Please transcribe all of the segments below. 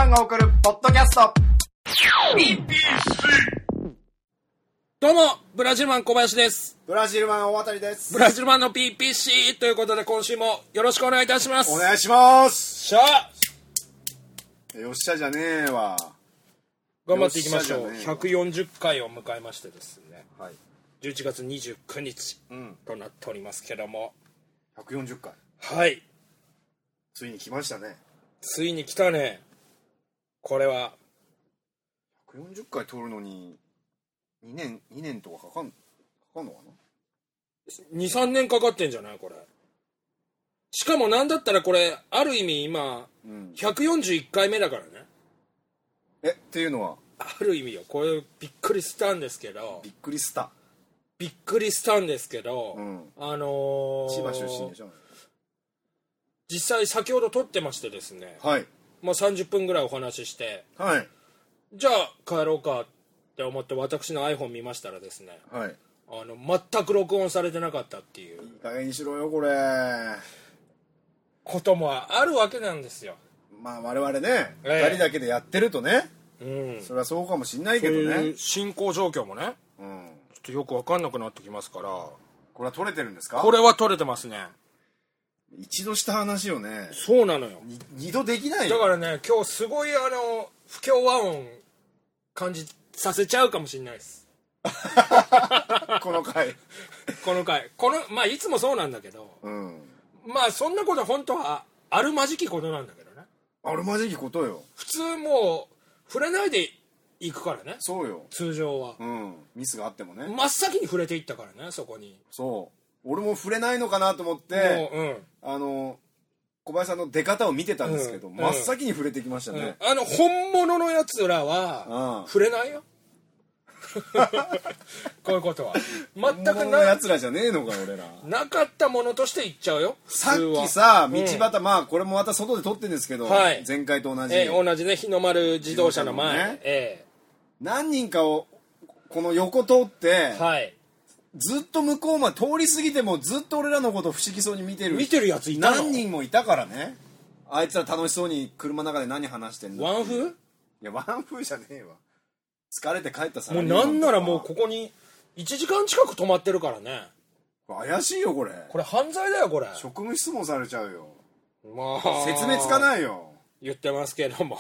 マンが送るポッドキャスト。 どうもブラジルマン小林です。 ブラジルマン大渡です。 ブラジルマンの PPC ということで今週もよろしくお願いいたします。 お願いします。 しゃあよっしゃじゃねえわ。 頑張っていきましょう。 よっしゃじゃねえ 140回を迎えましてですね、 はい、 11月29日となっておりますけども、 140回はい、 ついに来ましたね。 ついに来たね。これは 140回通るのに2年とかかかんのかな。 2,3 年かかってんじゃないこれ。しかもなんだったらこれある意味今、141回目だからね。 っていうのはある意味よ、これびっくりしたんですけど、 びっくりした、 千葉出身でしょ。 実際先ほど撮ってましてですね、 はい、 まあ、30分ぐらいお話しして、 はい、 じゃあ帰ろうかって思って私の iPhone 見ましたらですね、 はい、 全く録音されてなかったっていう。 いい加減にしろよこれ。 こともあるわけなんですよ。 まあ我々ね、2人だけでやってるとね、それはそうかもしんないけどね。 進行状況もね、ちょっとよく分かんなくなってきますから。 これは撮れてるんですか？ これは撮れてますね。 一度した話をね、 そうなのよ。 二度できないよ。 だからね、今日すごい不協和音感じさせちゃうかもしれないですこの回まあいつもそうなんだけど、まあそんなことは本当はあるまじきことなんだけどね。 あるまじきことよ。 普通もう触れないで行くからね。 そうよ、 通常は。 ミスがあってもね、 真っ先に触れていったからね、そこに。 そう、俺も触れないのかなと思って、小林さんの出方を見てたんですけど、真っ先に触れてきましたね。 本物のやつらは触れないよこういうことは全く本物のやつらじゃねえのか俺ら。 なかったものとして言っちゃうよ。 さっきさ、道端、まあこれもまた外で撮ってるんですけど、前回と同じ、 同じね、日の丸自動車の前、 何人かをこの横通って、ずっと向こうまで通り過ぎてもずっと俺らのこと不思議そうに見てるやついたの。 何人もいたからね。あいつら楽しそうに車の中で何話してんの。 ワンフー？ いやワンフーじゃねえわ。疲れて帰ったさ。 もうなんならもうここに1時間近く泊まってるからね。 怪しいよこれ。 これ犯罪だよこれ。 職務質問されちゃうよ。 まあ説明つかないよ。言ってますけども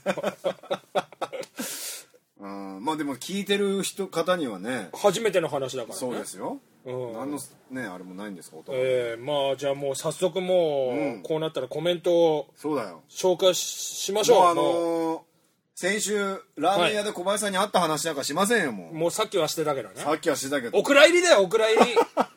まあでも聞いてる方にはね、 初めての話だからね。 そうですよ。何のねあれもないんですか。 まあじゃあもう早速もう、こうなったらコメントを紹介しましょう。 もう先週ラーメン屋で小林さんに会った話なんかしませんよ。もうさっきはしてたけどね。 さっきはしてたけど、 お蔵入りだよお蔵入り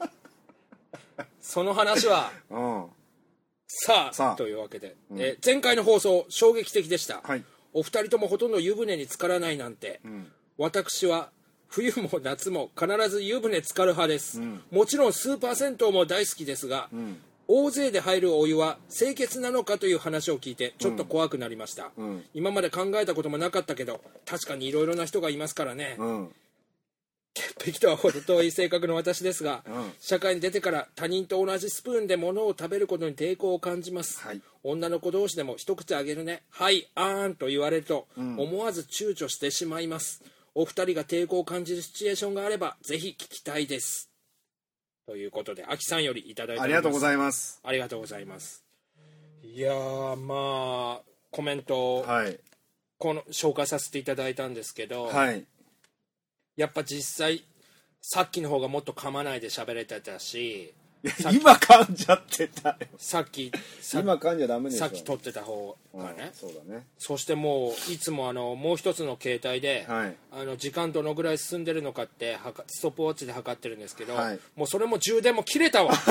その話はさあというわけで、前回の放送衝撃的でした、お二人ともほとんど湯船に浸からないなんて、私は冬も夏も必ず湯船浸かる派です、もちろんスーパー銭湯も大好きですが、大勢で入るお湯は清潔なのかという話を聞いてちょっと怖くなりました、今まで考えたこともなかったけど確かにいろいろな人がいますからね、潔癖とは程遠い性格の私ですが、社会に出てから他人と同じスプーンで物を食べることに抵抗を感じます、女の子同士でも一口あげるね、はいあーんと言われると、思わず躊躇してしまいます。お二人が抵抗を感じるシチュエーションがあればぜひ聞きたいです、ということで、秋さんよりいただいております。 ありがとうございます。 ありがとうございます。いやー、まあコメント、紹介させていただいたんですけど、やっぱ実際さっきの方がもっと噛まないで喋れてたし、 今噛んじゃってたよ。 さっき今噛んじゃダメでしょ。 さっき撮ってた方がね、 そうだね。 そしてもういつももう一つの携帯で、時間どのぐらい進んでるのかってストップウォッチで測ってるんですけど、もうそれも充電も切れたわ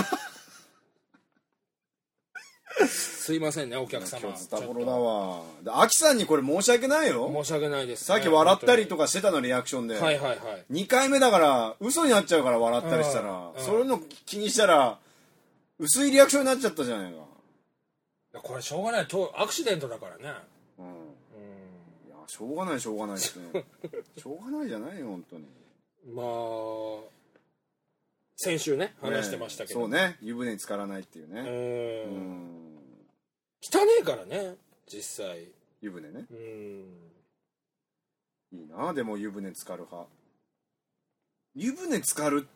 すいませんねお客様。 今日ズタボロだわ。秋さんにこれ申し訳ないよ。 申し訳ないです、 さっき笑ったりとかしてたのリアクションで、2回目だから嘘になっちゃうから笑ったりしたら、そういうの気にしたら薄いリアクションになっちゃったじゃないか。 これしょうがないアクシデントだからね。いやしょうがないってしょうがないじゃないよ本当に。 まあ先週ね話してましたけど、 そうね、湯船に浸からないっていうね。 汚ねえからね実際。 湯船ね。いいな。でも湯船浸かる派。湯船浸かるって、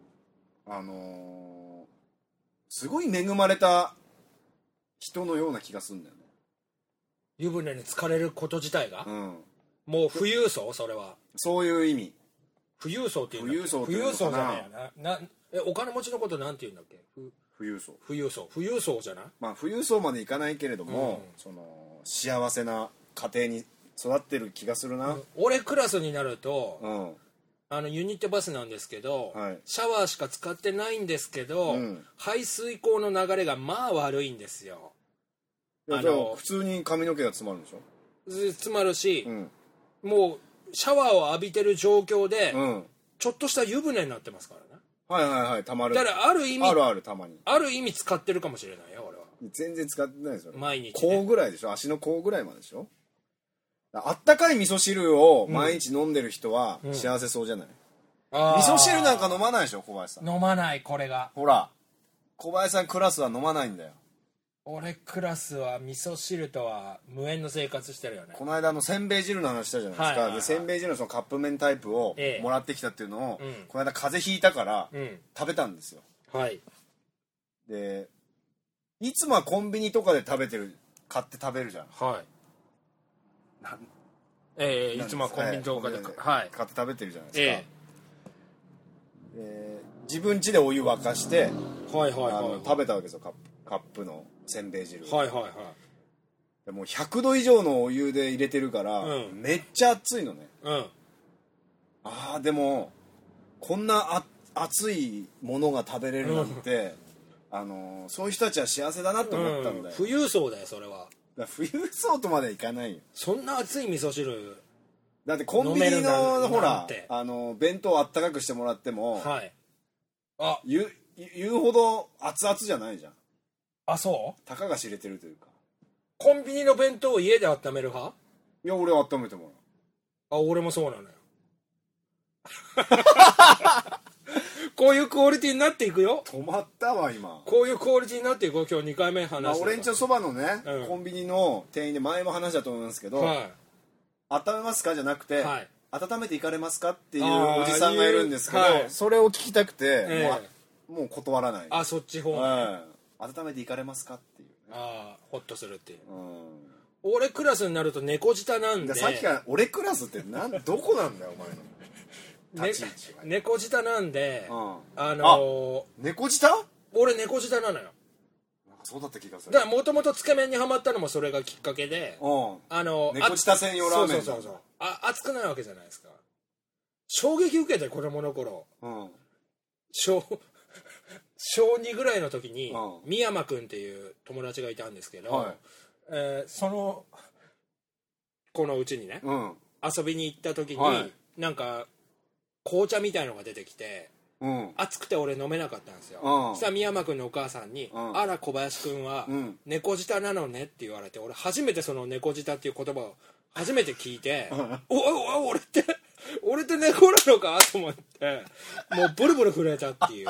すごい恵まれた人のような気がするんだよね。 湯船に浸かれること自体が、もう富裕層、それはそういう意味。 富裕層っていうんだっけ。 富裕層じゃねえな。お金持ちのことなんて言うんだっけ。 富裕層じゃない。 まあ富裕層までいかないけれども、その幸せな家庭に育ってる気がするな。 俺クラスになると、ユニットバスなんですけど、シャワーしか使ってないんですけど、排水口の流れがまあ悪いんですよ。 普通に髪の毛が詰まるんでしょ。 詰まるし、もうシャワーを浴びてる状況で、ちょっとした湯船になってますからね。 たまる。 だからある意味たまにある意味使ってるかもしれないよ、俺は。 全然使ってないですよ。 毎日、ね、 甲ぐらいでしょ。足の甲ぐらいまででしょ。あったかい味噌汁を毎日飲んでる人は幸せそうじゃない。味噌汁なんか飲まないでしょ、小林さん。 飲まない。これがほら、小林さんクラスは飲まないんだよ。 俺クラスは味噌汁とは無縁の生活してるよね。 この間せんべい汁の話したじゃないですか。でせんべい汁のそのカップ麺タイプをもらってきたっていうのを、この間風邪ひいたから食べたんですよ。でいつもはコンビニとかで買って食べるじゃん。 いつもはコンビニとかで買って食べてるじゃないですか。自分家でお湯沸かして食べたわけですよ、カップのせんべい汁。でも100度以上のお湯で入れてるから、めっちゃ熱いのね。でもこんな熱いものが食べれるなんて、そういう人たちは幸せだなと思ったんだよ。 富裕層だよ、それは。 富裕層とまではいかないよ。 そんな熱い味噌汁だってコンビニのほら弁当あったかくしてもらっても、言うほど熱々じゃないじゃん。 そう。 たかが知れてるというか。 コンビニの弁当を家で温める派？ いや、俺は温めてもらう。俺もそうなのよ。こういうクオリティになっていくよ。 止まったわ今。 こういうクオリティになっていくよ。今日2回目話して。 俺んちのそばのね、コンビニの店員で前も話したと思いますけど、温めますかじゃなくて、温めていかれますかっていうおじさんがいるんですけど、それを聞きたくて、もう断らない。 そっち方面。温めていかれますかっていうね。 ホッとするっていう。俺クラスになると猫舌なんで。 さっきから俺クラスってどこなんだよお前の。 猫舌なんで、 猫舌？ 俺猫舌なのよ。 そうだった気がする。 だからもともとつけ麺にはまったのもそれがきっかけで、 猫舌専用ラーメン。 そう熱くないわけじゃないですか。衝撃受けて子供の頃、小2ぐらいの時に三山くんっていう友達がいたんですけど、このうちにね、遊びに行った時に、なんか紅茶みたいのが出てきて、熱くて俺飲めなかったんですよ。そしたら三山君のお母さんに、あら小林君は猫舌なのねって言われて、俺初めてその猫舌っていう言葉を初めて聞いて、俺って猫なのかと思って、もうブルブル震えたっていう。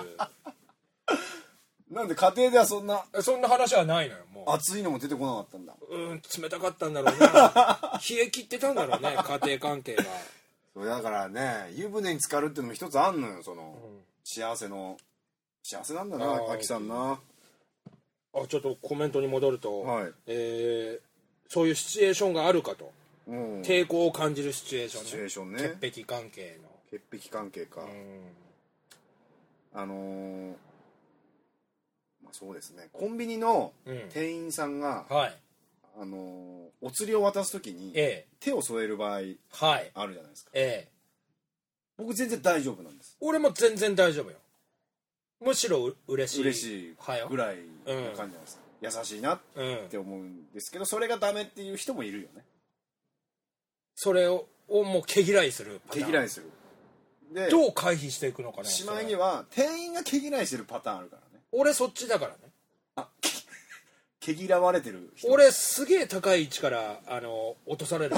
なんで家庭ではそんな話はないのよ。もう熱いのも出てこなかったんだ。 冷たかったんだろうな。冷え切ってたんだろうね、家庭関係が。 だからね、湯船に浸かるっていうのも一つあんのよ。幸せなんだな、秋さんな。 ちょっとコメントに戻ると、そういうシチュエーションがあるかと、抵抗を感じるシチュエーションね。潔癖関係の。 潔癖関係か。そうですね。コンビニの店員さんが、お釣りを渡すときに手を添える場合あるじゃないですか。僕全然大丈夫なんです。 俺も全然大丈夫よ。むしろ嬉しいぐらいの感じなんです。優しいなって思うんですけど、それがダメっていう人もいるよね。 それをもう毛嫌いするパターン。 毛嫌いする。でどう回避していくのかね。 しまいには店員が毛嫌いしてるパターンあるからね。 俺そっちだからね。 毛嫌われてる人。 俺すげえ高い位置から落とされる。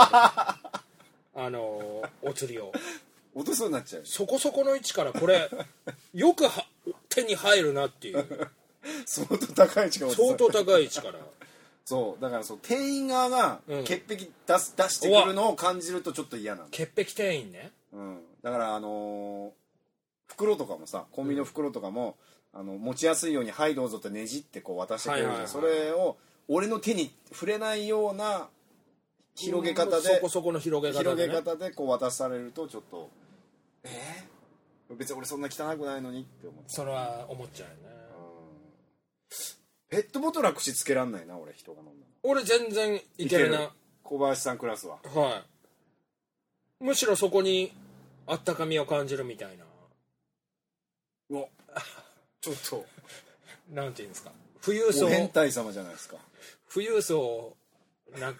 お釣りを落とそうになっちゃう。 そこそこの位置からこれよく手に入るなっていう。 相当高い位置から。 相当高い位置から。 そうだから店員側が潔癖出してくるのを感じるとちょっと嫌なの。 潔癖店員ね。 だから袋とかもさ、コンビニの袋とかも、持ちやすいように「はいどうぞ」ってねじってこう渡してくれるじゃん。それを俺の手に触れないような広げ方で、 そこそこの広げ方でこう渡されるとちょっと別に俺そんな汚くないのにって思って。 それは思っちゃうよね。 ペットボトルは口つけらんないな、俺。人が飲んだの俺全然いけるな。 小林さんクラスは。 はい。むしろそこにあったかみを感じるみたいな。 うわちょっとなんていうんですか、富裕層、 お変態様じゃないですか。 富裕層な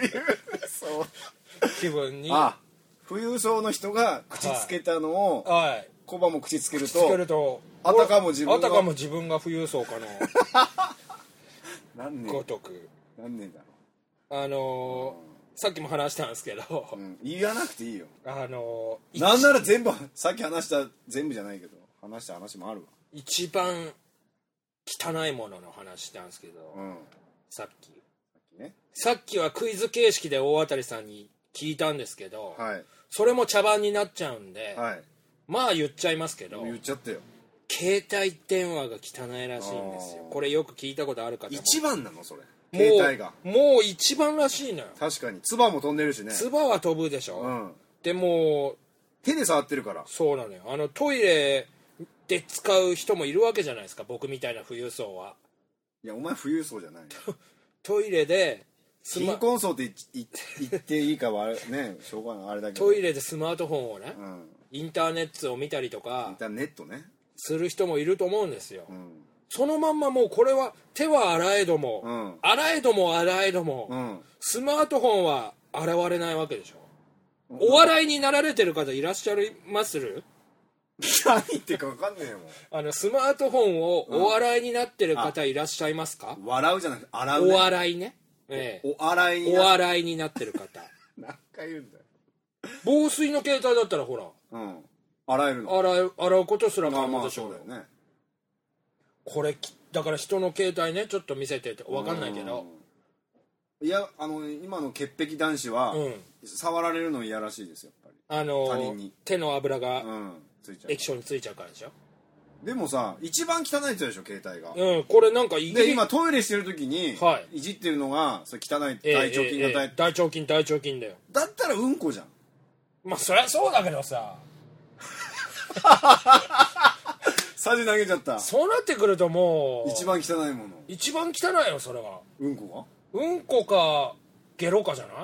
気分に。 富裕層の人が口つけたのを、 はい、 コバも口つけるとあたかも自分が富裕層かなごとく。 何年だろう。さっきも話したんですけど、 言わなくていいよ。 なんなら全部、さっき話した全部じゃないけど話した話もあるわ。 一番汚いものの話したんですけど、さっきはクイズ形式で大当たりさんに聞いたんですけど、それも茶番になっちゃうんで、まあ言っちゃいますけど、 言っちゃったよ。 携帯電話が汚いらしいんですよ。これよく聞いたことある方も。 一番なのそれ、携帯がもう一番らしいのよ。 確かに唾も飛んでるしね。 唾は飛ぶでしょ、でも手で触ってるから。 そうなのよ。トイレで使う人もいるわけじゃないですか、僕みたいな富裕層は。 いやお前富裕層じゃないトイレで貧困層って言っていいかはね、しょうがないあれだけど、 トイレでスマートフォンをね、インターネットを見たりとか、 インターネットね、 する人もいると思うんですよ、そのまんまもうこれは手は洗えども、洗えども、スマートフォンは洗われないわけでしょ。お笑いになられてる方いらっしゃいまする？ 何言ってるか分かんねえよ。もスマートフォンをお笑いになってる方いらっしゃいますか？ 笑うじゃなくて洗うね。 お笑いね、 お笑いになってる方何回言うんだよ。 防水の携帯だったらほら、 洗えるの。 洗うことすら可能でしょう。 そうだよね。 これだから人の携帯ねちょっと見せてって分かんないけど、 いや今の潔癖男子は、触られるの嫌らしいですよ、やっぱり。他人に手の油が、液晶についちゃうからでしょ。 でもさ、一番汚い人でしょ携帯が。 これなんかで今トイレしてる時に、いじってるのがそれ汚い大腸菌が大腸菌だよ。 だったらうんこじゃん。 まあそりゃそうだけどさサジ投げちゃった。 そうなってくるともう一番汚いもの。 一番汚いよそれは。 うんこがうんこかゲロかじゃない？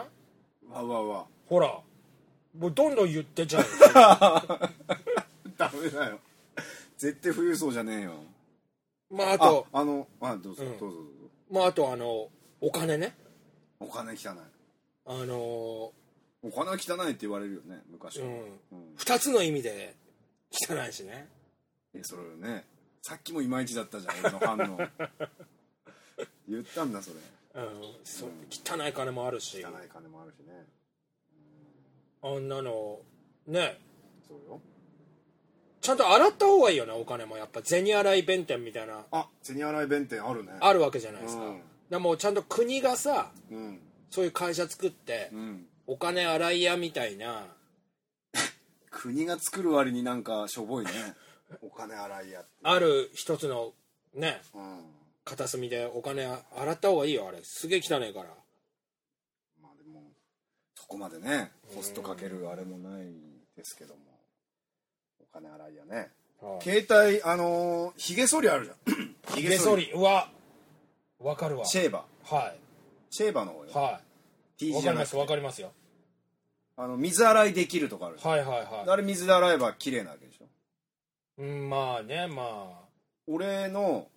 わほらもうどんどん言ってちゃうダメだよ絶対富裕層じゃねえよ。 まああとどうぞ。 まああとお金ね。 お金汚い。お金は汚いって言われるよね昔は。 2つの意味で汚いしね。 それね、さっきもいまいちだったじゃん俺の反応言ったんだそれ。 汚い金もあるし。 汚い金もあるしね。 あんなのね。 そうよ。 ちゃんと洗った方がいいよね。お金もやっぱ銭洗い弁天みたいな。 銭洗い弁天あるね。 あるわけじゃないですか。でもちゃんと国がさ、そういう会社作って、お金洗い屋みたいな国が作る割になんかしょぼいねお金洗い屋って。 ある一つのね、片隅でお金洗った方がいいよ。あれすげえ汚いから。 まあでもそこまでねコストかけるあれもないですけども、お金洗い屋ね。携帯ひげ剃りあるじゃん。 ひげ剃り、うわわかるわ。 シェーバー。 はい。 シェーバーの方よ。 はい。T 字じゃなくてわかりますよ。 水洗いできるとかあるじゃん。 はい。 あれ水で洗えば綺麗なわけでしょ。 まあね、まあ俺の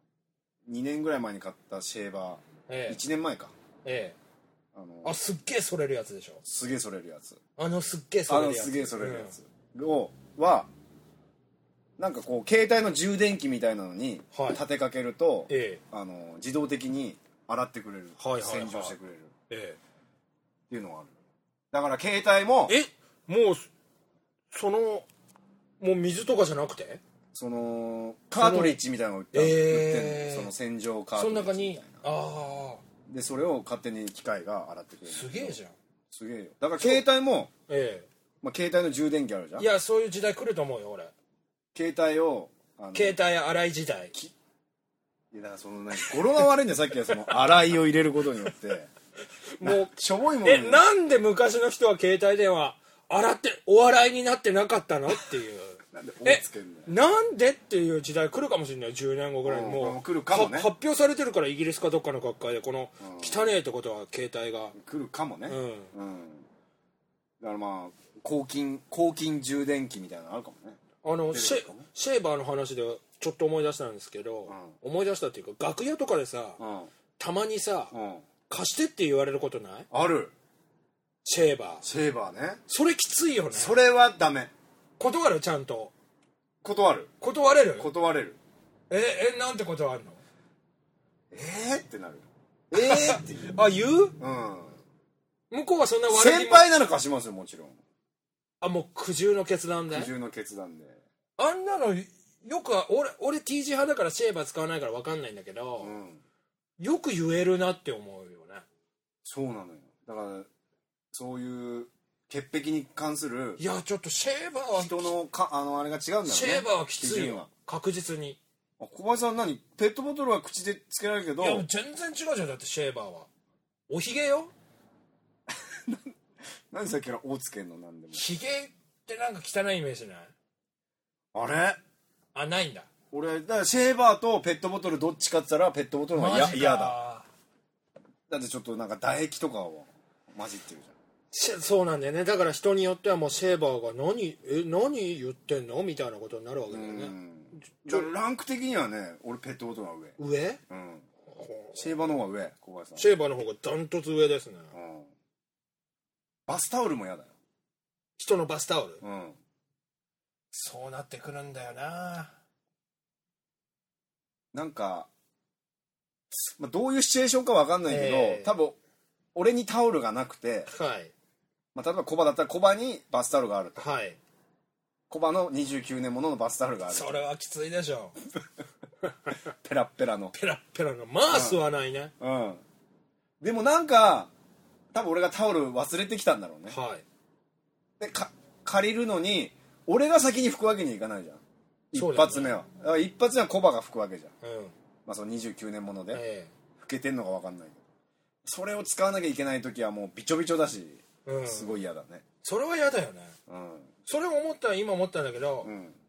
2年ぐらい前に買ったシェーバー、1年前か。 すっげえ剃れるやつでしょ。 すげえ剃れるやつ。 すっげえ剃れるやつ。 すげえ剃れるやつはなんかこう携帯の充電器みたいなのに立てかけると、自動的に洗ってくれる、洗浄してくれる、っていうのがある。だから携帯ももうもう水とかじゃなくてカートリッジみたいなの売ってる、その洗浄カートリッジみたいな。 でそれを勝手に機械が洗ってくれる。 すげえじゃん。 すげえよ。だから携帯も、まあ、携帯の充電器あるじゃん。 いやそういう時代来ると思うよ俺。 携帯を携帯洗い時代。 いやだからその語呂が悪いんだよ。さっきはその洗いを入れることによってもうしょぼいもん。 なんで昔の人は携帯電話洗ってお笑いになってなかったのっていうなんで大つけんのなんでっていう時代来るかもしれない。10年後ぐらいにもう来るかもね。 発表されてるからイギリスかどっかの学会でこの汚ねえってことは携帯が来るかもね。だからまあ抗菌充電器みたいなのあるかもね。 シェーバーの話でちょっと思い出したんですけど、思い出したっていうか楽屋とかでさ、たまにさ、貸してって言われることない？ ある。 シェーバーね。 それきついよね。 それはダメ。 断る？ちゃんと断る。 断れる？ 断れる。 なんて断るの？ ってなる。って言う。 あ、言う？向こうはそんな悪い。 先輩なら貸しますよ、もちろん。 もう苦渋の決断で。 苦渋の決断で。 あんなのよく俺 T 字派だからシェーバー使わないから分かんないんだけど、よく言えるなって思うよね。 そうなのよ。だからそういう潔癖に関する、 いやちょっとシェーバーは人のあれが違うんだよね。 シェーバーはきついよ、確実に。 小林さん何ペットボトルは口でつけられるけど。 いや全然違うじゃん。だってシェーバーはおひげよ。 何さっきから「お」つけんの？なんでもひげってなんか汚いイメージない？ あれ？ ないんだ。 俺だからシェーバーとペットボトルどっちかって言ったらペットボトルの方が嫌だ。だってちょっとなんか唾液とかを混じってるじゃん。 そうなんだよね。だから人によってはもうシェーバーが何言ってんのみたいなことになるわけだよね。 ランク的にはね、俺ペットボトルは上。 シェーバーの方が上。小林さんシェーバーの方がダントツ上ですね。 バスタオルも嫌だよ。 人のバスタオル。そうなってくるんだよな。 なんか、まあ、どういうシチュエーションか分かんないけど、多分俺にタオルがなくて、まあ、例えばコバだったらコバにバスタオルがあると、コバの29年もののバスタオルがあると。 それはきついでしょ。 ペラッペラのまあ吸わないね。 でもなんか多分俺がタオル忘れてきたんだろうね。で借りるのに俺が先に拭くわけにいかないじゃん。一発目は。一発目はコバが拭くわけじゃん。まあその29年もので拭けてんのか分かんないけど、それを使わなきゃいけない時はもうびちょびちょだし、すごい嫌だね。 それは嫌だよね。それを今思ったんだけど、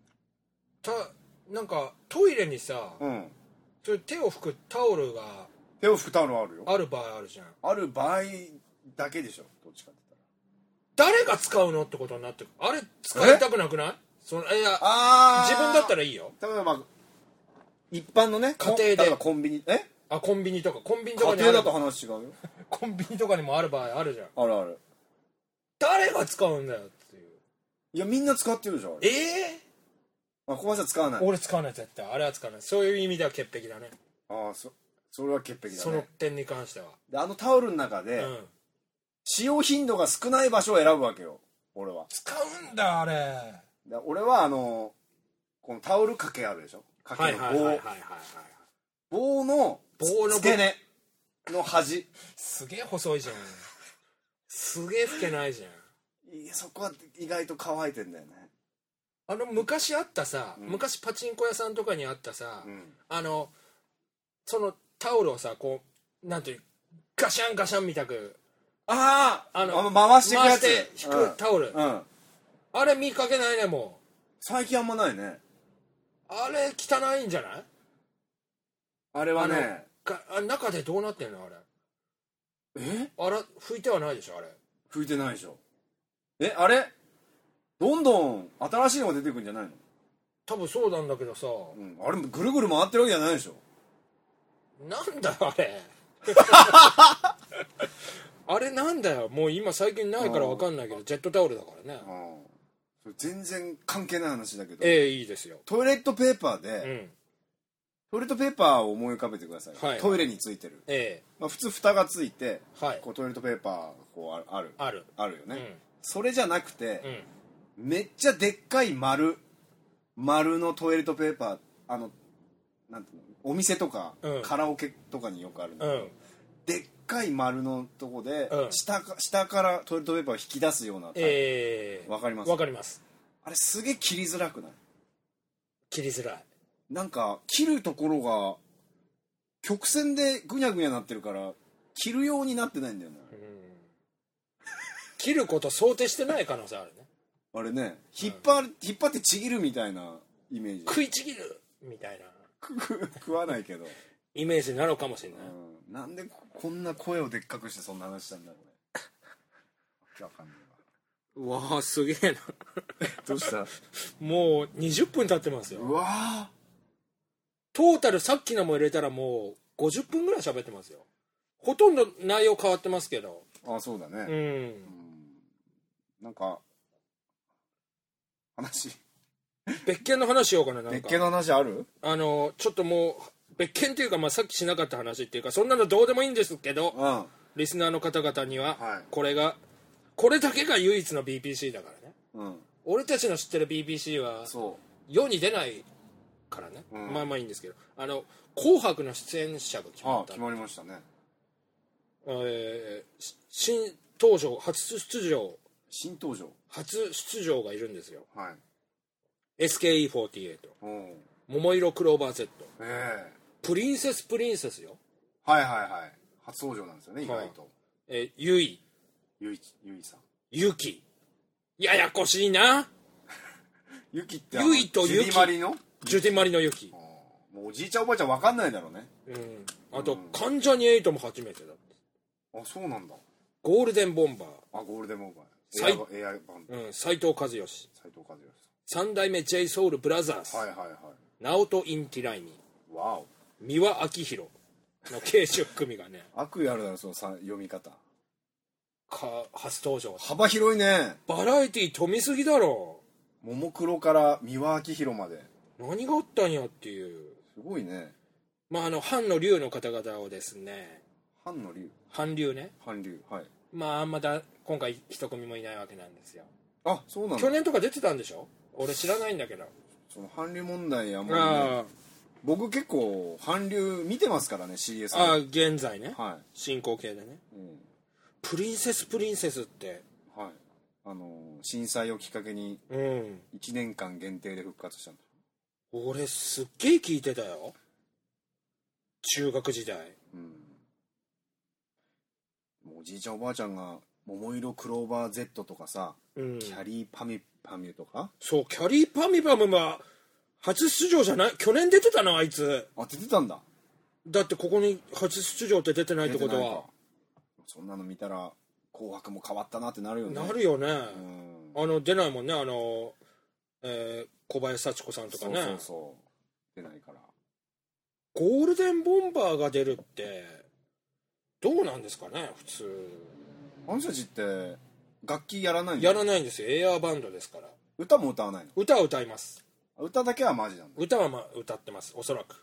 なんかトイレにさ、手を拭くタオルがあるよ。 ある場合あるじゃん。 ある場合だけでしょ。どっちかって言ったら誰が使うのってことになってる。あれ使いたくなくない？自分だったらいいよ。 例えば一般のね、 家庭でコンビニコンビニとか家庭だと話違うよ。 コンビニとかにもある場合あるじゃん。 あるある。 誰が使うんだよっていう。 いやみんな使ってるじゃん。小林さん使わない？ 俺使わない。絶対あれは使わない。そういう意味では潔癖だね。 それは潔癖だね。 その点に関しては。 でタオルの中で、使用頻度が少ない場所を選ぶわけよ。俺は使うんだあれ。 俺はこのタオル掛けあるでしょ。掛けの棒の付け根の端。 すげえ細いじゃん。すげえ拭けないじゃん。 いやそこは意外と乾いてんだよね。 昔あったさ、昔パチンコ屋さんとかにあったさ、そのタオルをさこうなんていうガシャンガシャンみたく回していくやつ、 引くタオル、あれ見かけないね。もう最近あんまないね。 あれ汚いんじゃない？ あれはね、 中でどうなってんのあれ。拭いてはないでしょ。あれ拭いてないでしょ。あれどんどん新しいのが出てくるんじゃないの？ 多分そうなんだけどさ、 あれぐるぐる回ってるわけじゃないでしょ。なんだよあれあれなんだよ。もう今最近ないから分かんないけどジェットタオルだからね。 それ全然関係ない話だけど、 いいですよ。 トイレットペーパーで、トイレットペーパーを思い浮かべてください。トイレについてる、普通蓋がついて、こうトイレットペーパーこうあるよね、それじゃなくて、めっちゃでっかい丸のトイレットペーパー、なんていうの、お店とか、カラオケとかによくあるんだけど、でっかい丸のとこで、下からトイレットペーパーを引き出すような、わかります？ わかります。 あれすげえ切りづらくない？ 切りづらい。 なんか切るところが曲線でぐにゃぐにゃなってるから切るようになってないんだよね。 切ること想定してない可能性あるね。 あれね、引っ張ってちぎるみたいなイメージ。 食いちぎるみたいな。 食わないけど。 イメージなのかもしれない。 なんでこんな声をでっかくしてそんな話したんだこれ。わかんないわ。うわーすげえな。 どうした？ もう20分経ってますよ。 うわー。 トータルさっきのも入れたらもう50分ぐらい喋ってますよ。ほとんど内容変わってますけど。 あ、そうだね。なんか話別件の話しようかな。 別件の話ある？ ちょっともう別件っていうか、まあ、さっきしなかった話っていうかそんなのどうでもいいんですけど、リスナーの方々には、これだけが唯一の BBC だからね、俺たちの知ってる BBC は世に出ないからね、まあまあいいんですけど、紅白の出演者が決まった。 決まりましたね。 新登場初出場がいるんですよ。SKE48 桃色クローバー Z、プリンセスよ。 初登場なんですよね、意外と。 ゆいさん、 ゆき、ややこしいな。 ゆきってゆいとゆき、 ジュディマリのゆき。 もうおじいちゃんおばあちゃん分かんないだろうね。 あと関ジャニ∞も初めてだって。 あ、そうなんだ。 ゴールデンボンバー、斎藤和義、三代目 JSOUL ブラザーズ、ナオト・インティライミ、三輪明宏の計10組がね悪意あるだろその読み方。 初登場。 幅広いね。 バラエティー飛びすぎだろ。 ももクロから三輪明宏まで何があったんやっていう。 すごいね。 まあ韓の龍の方々をですね、韓流ね、まあまだ今回一組もいないわけなんですよ。 あ、そうなんだ。 去年とか出てたんでしょ？俺知らないんだけど。 その韓流問題あんまりね、僕結構韓流見てますからね、 CS で。 現在ね、進行形でね、プリンセスって、震災をきっかけに1年間限定で復活したんだ。俺すっげえ聞いてたよ、中学時代。 おじいちゃんおばあちゃんが桃色クローバー Z とかさ、キャリーパミュとか。 そう、キャリーパミュは初出場じゃない？去年出てたな、あいつ。 出てたんだ。 だってここに初出場って出てないってことは、 そんなの見たら紅白も変わったなってなるよね。 なるよね。出ないもんね、小林幸子さんとかね。 そう出ないから。 ゴールデンボンバーが出るってどうなんですかね、普通。 あの人たちって楽器やらないんやらないんですよ、エアーバンドですから。 歌も歌わないの？ 歌は歌います。 歌だけはマジなんだ。 歌は歌ってます、おそらく。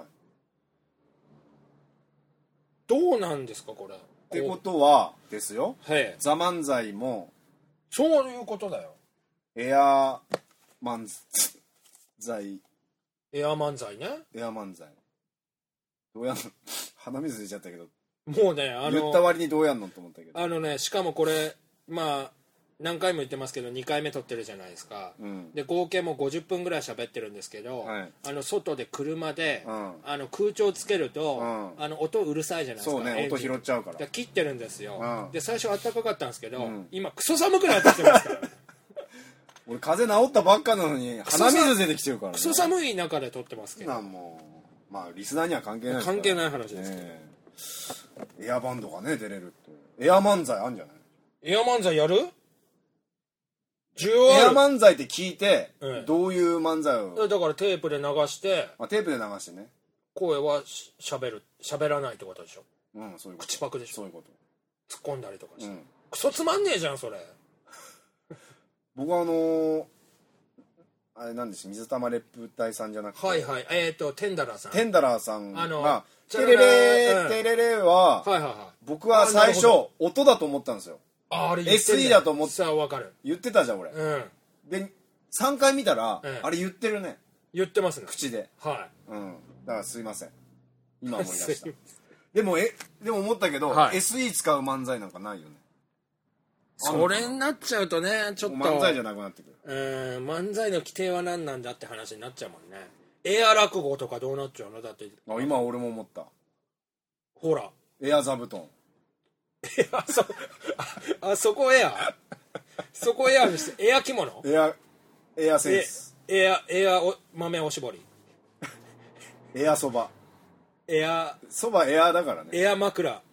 どうなんですかこれ。 ってことはですよ、ザ・漫才もそういうことだよ。 エア漫才ね。エア漫才どうやんの？鼻水出ちゃったけど、 もうね、 言った割にどうやんのと思ったけど、 しかもこれまあ何回も言ってますけど2回目撮ってるじゃないですか、で合計も50分ぐらい喋ってるんですけど、外で車で、空調つけると、音うるさいじゃないですか。 そうね、音拾っちゃうから。 切ってるんですよ、で最初暖かかったんですけど、今クソ寒くなってきてますから俺風邪治ったばっかなのに鼻水出てきてるからね。 クソ寒い中で撮ってますけど、 もうまあリスナーには関係ない関係ない話ですけど、 エアバンドがね出れるって。エア漫才あるんじゃない？ エア漫才やる？ エア漫才って聞いて、どういう漫才を？ だからテープで流して、 テープで流してね。 声は喋らないってことでしょ。 そういうこと。 口パクでしょ。 そういうこと。 突っ込んだりとかして、クソつまんねえじゃんそれ。 僕はあれなんです、水玉烈風隊さんじゃなくて、 テンダラーさん。 テンダラーさんがテレレテレレは、僕は最初音だと思ったんですよ。 あれ SE だと思って。 さあ分かる。 言ってたじゃん俺。で3回見たら、あれ言ってるね。 言ってますね、 口で。だからすいません、今思い出した。 でも思ったけど、はい、SE 使う漫才なんかないよね。 それになっちゃうとね、ちょっと漫才じゃなくなってくる。 漫才の規定は何なんだって話になっちゃうもんね。エア落語とかどうなっちゃうの？だって今俺も思った。 ほらエア座布団。 そこエアそこエアにしてエア着物、 エアセンス、 エア豆おしぼり、 エアそば、そばエアだからね。 エア枕ぞ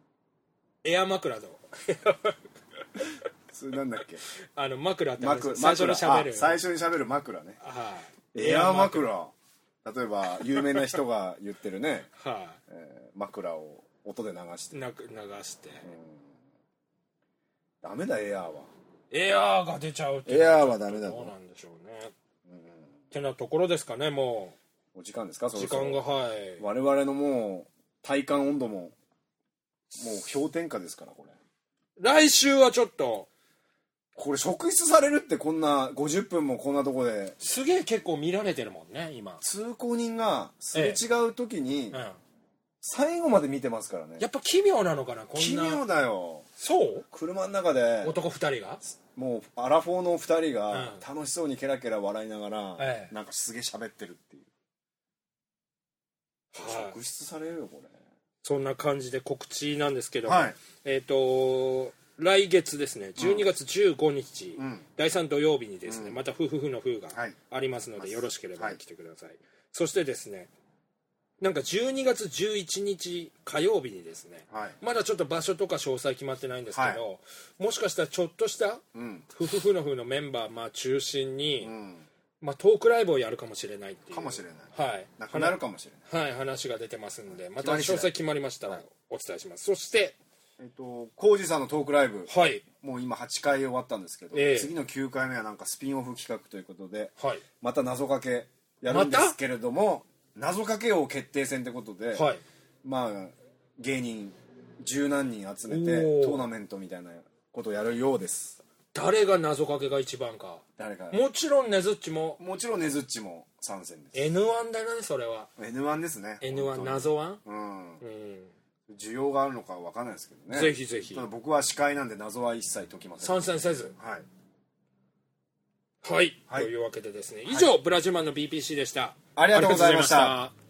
それなんだっけ、 枕って最初に喋る、 最初に喋る枕ね。エア枕、例えば有名な人が言ってるね、枕を音で流してダメだ。エアーが出ちゃうって。エアーはダメだと。 そうなんでしょうね。ってなところですかね。もうお時間ですか？ 時間が、はい。 我々のもう体感温度ももう氷点下ですから。これ来週はちょっとこれ職質されるって、こんな50分もこんなとこですげえ結構見られてるもんね今。 通行人がすれ違う時に、最後まで見てますからね。 やっぱ奇妙なのかな、こんな。 奇妙だよ。 そう？ 車の中で男2人がもうアラフォーの2人が楽しそうにケラケラ笑いながら、なんかすげえ喋ってるっていう、職質されるよこれ。 そんな感じで告知なんですけども、来月ですね、12月15日、第3土曜日にですね、また夫婦の風がありますので、よろしければ来てください。そしてですね、なんか12月11日火曜日にですね、まだちょっと場所とか詳細決まってないんですけど、もしかしたらちょっとした夫婦の風のメンバー中心に、トークライブをやるかもしれないっていう、 かもしれない、なくなるかもしれない、 話が出てますんで、また詳細決まりましたらお伝えします。そして浩二さんのトークライブ、もう今8回終わったんですけど、次の9回目はなんかスピンオフ企画ということで、また謎かけやるんですけれども、謎かけ王決定戦ってことで、芸人十何人集めてトーナメントみたいなことをやるようです。 誰が謎かけが一番か。もちろんねずっちも参戦です。 N1 だね、それは N1 ですね。 N1 謎1、 需要があるのか分かんないですけどね。 ぜひぜひ。 僕は司会なんで謎は一切解きません。 参戦せず。はい、というわけでですね、以上、ブラジルマンの BPC でした。 ありがとうございました。